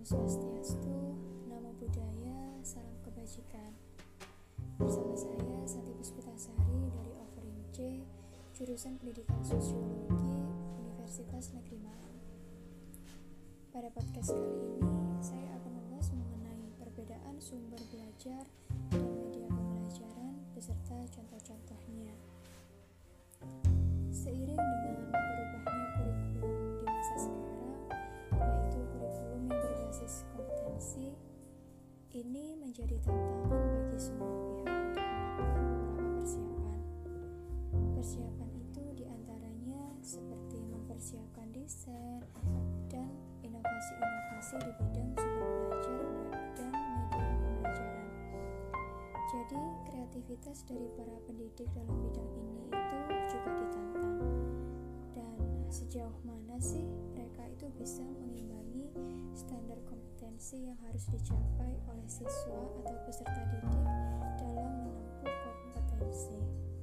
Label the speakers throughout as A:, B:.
A: Swastiastu, Namo Buddhaya, Salam Kebajikan. Bersama saya Santi Puspitasari dari Offering C, jurusan Pendidikan Sosiologi, Universitas Negeri Malang. Pada podcast kali ini, saya akan membahas mengenai perbedaan sumber belajar dan media pembelajaran beserta contoh-contohnya. Seiring dengan berubahnya kurikulum di masa sekarang, yaitu kurikulum yang berbasis kompetensi, ini menjadi tantangan bagi semua pihak untuk melakukan beberapa persiapan. Persiapan itu diantaranya seperti mempersiapkan desain dan inovasi-inovasi di bidang sumber belajar dan media pembelajaran. Jadi, kreativitas dari para pendidik dalam bidang ini itu juga ditantang. Dan sejauh mana sih mereka itu bisa mengimbangi standar kompetensi yang harus dicapai oleh siswa atau peserta didik dalam menempuh kompetensi.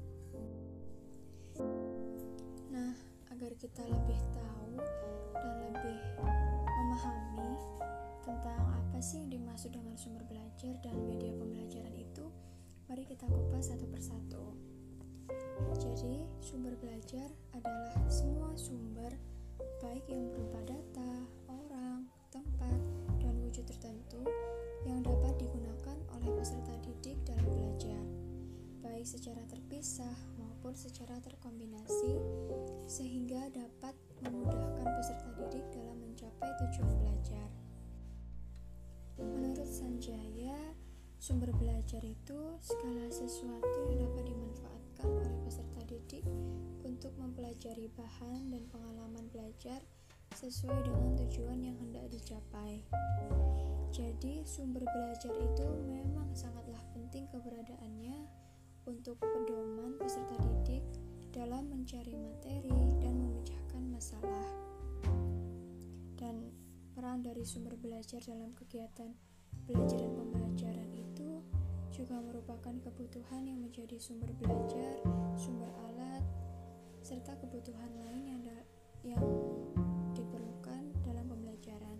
A: Nah, agar kita lebih tahu dan lebih memahami tentang apa sih yang dimaksud dengan sumber belajar dan media pembelajaran itu, mari kita kupas satu persatu. Jadi, sumber belajar adalah semua sumber, baik yang berupa data, orang, tempat, dan wujud tertentu yang dapat digunakan oleh peserta didik dalam belajar, baik secara terpisah maupun secara terkombinasi, sehingga dapat memudahkan peserta didik dalam mencapai tujuan belajar. Menurut Sanjaya, sumber belajar itu segala sesuatu yang dapat dimanfaatkan oleh peserta didik untuk mempelajari bahan dan pengalaman belajar sesuai dengan tujuan yang hendak dicapai. Jadi, sumber belajar itu memang sangatlah penting keberadaannya untuk pedoman peserta didik dalam mencari materi dan memecahkan masalah. Dan peran dari sumber belajar dalam kegiatan belajar dan pembelajaran itu juga merupakan kebutuhan yang menjadi sumber belajar, sumber alat, serta kebutuhan lain yang diperlukan dalam pembelajaran.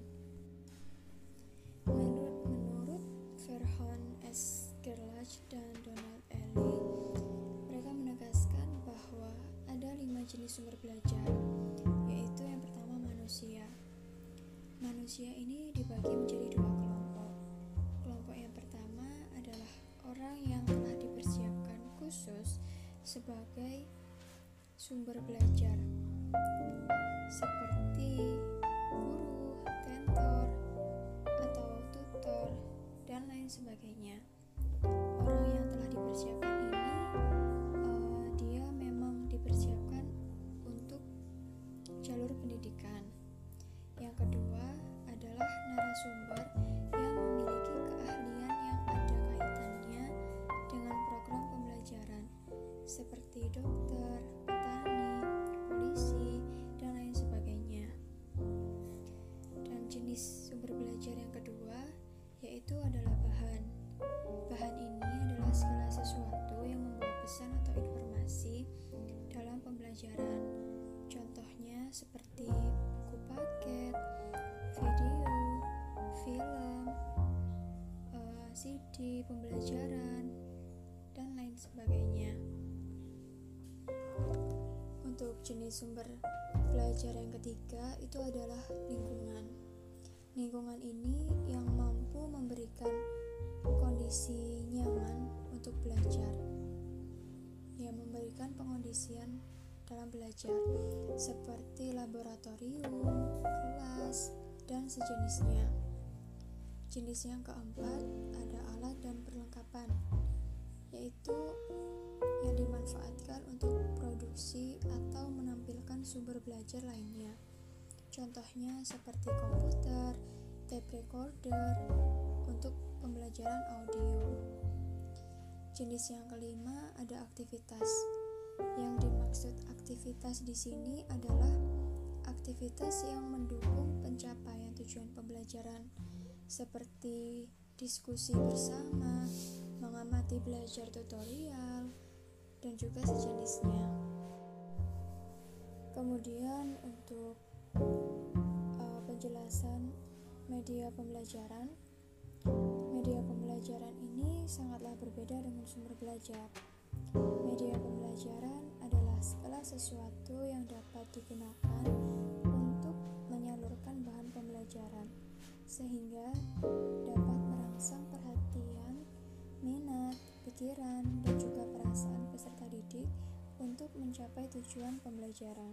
A: Menurut Verhoeven S. Gerlach dan Donald Ely, mereka menegaskan bahwa ada 5 jenis sumber belajar, yaitu yang pertama manusia. Manusia ini dibagi menjadi 2 kelompok. Kelompok yang pertama adalah orang yang telah dipersiapkan khusus sebagai sumber belajar, seperti guru, tentor, atau tutor, dan lain sebagainya. Orang yang telah dipersiapkan ini, dia memang dipersiapkan untuk jalur pendidikan. Yang kedua adalah narasumber yang memiliki keahlian yang ada kaitannya dengan program pembelajaran, seperti dokter, petani, polisi, dan lain sebagainya. Dan jenis sumber belajar yang kedua yaitu adalah bahan. Bahan ini adalah segala sesuatu yang membawa pesan atau informasi dalam pembelajaran. Contohnya seperti buku paket, video, film, CD, pembelajaran, dan lain sebagainya. Untuk jenis sumber belajar yang ketiga itu adalah lingkungan. Lingkungan ini yang mampu memberikan kondisi nyaman untuk belajar, yang memberikan pengondisian dalam belajar, seperti laboratorium, kelas, dan sejenisnya. Jenis yang keempat ada alat dan perlengkapan, yaitu yang dimanfaatkan untuk produksi atau menampilkan sumber belajar lainnya. Contohnya seperti komputer, tape recorder untuk pembelajaran audio. Jenis yang kelima ada aktivitas. Yang dimaksud aktivitas di sini adalah aktivitas yang mendukung pencapaian tujuan pembelajaran, seperti diskusi bersama, mengamati belajar tutorial, dan juga sejenisnya. Kemudian untuk penjelasan media pembelajaran. Media pembelajaran ini sangatlah berbeda dengan sumber belajar. Media pembelajaran adalah segala sesuatu yang dapat digunakan untuk menyalurkan bahan pembelajaran, sehingga dapat merangsang perhatian, minat, pikiran, dan juga perasaan peserta didik untuk mencapai tujuan pembelajaran.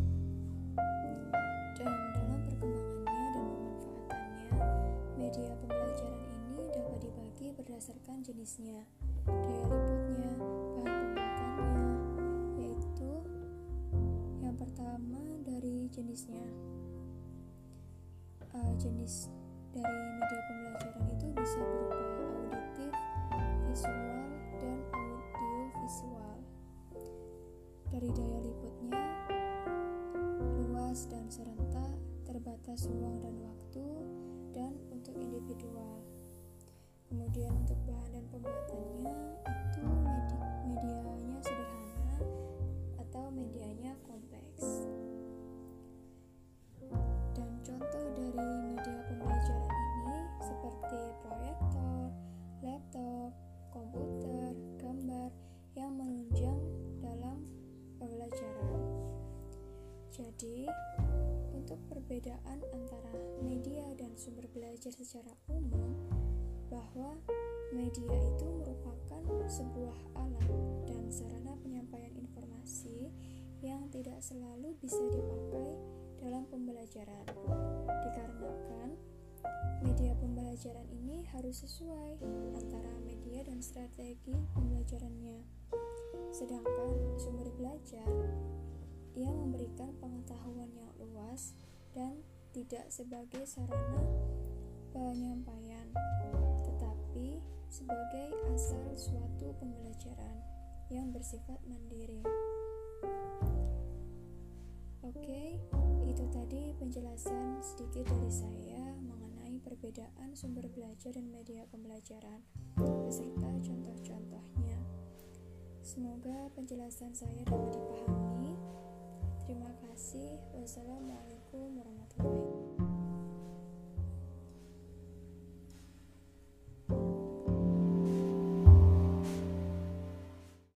A: Dan dalam perkembangannya dan pemanfaatannya, media pembelajaran ini dapat dibagi berdasarkan jenisnya, daya liputnya, bahan pembuatannya, yaitu yang pertama dari jenisnya. Jenis dari media pembelajaran itu bisa berupa auditif, visual, dan audiovisual. Dari daya liputnya, luas dan serentak, terbatas ruang dan waktu, dan untuk individual. Kemudian untuk bahan dan pembuatannya itu medianya sederhana atau medianya kompleks. Dan contoh dari media pembelajaran ini seperti proyektor, laptop, komputer, gambar yang menunjang dalam pembelajaran. Jadi, untuk perbedaan antara media dan sumber belajar secara umum, bahwa media itu merupakan sebuah alat dan sarana penyampaian informasi yang tidak selalu bisa dipakai dalam pembelajaran, dikarenakan media pembelajaran ini harus sesuai antara media dan strategi pembelajarannya. Sedangkan sumber belajar ia memberikan pengetahuan yang luas dan tidak sebagai sarana penyampaian, tetapi sebagai asal suatu pembelajaran yang bersifat mandiri. Oke, itu tadi penjelasan sedikit dari saya mengenai perbedaan sumber belajar dan media pembelajaran beserta contoh-contohnya. Semoga penjelasan saya dapat dipahami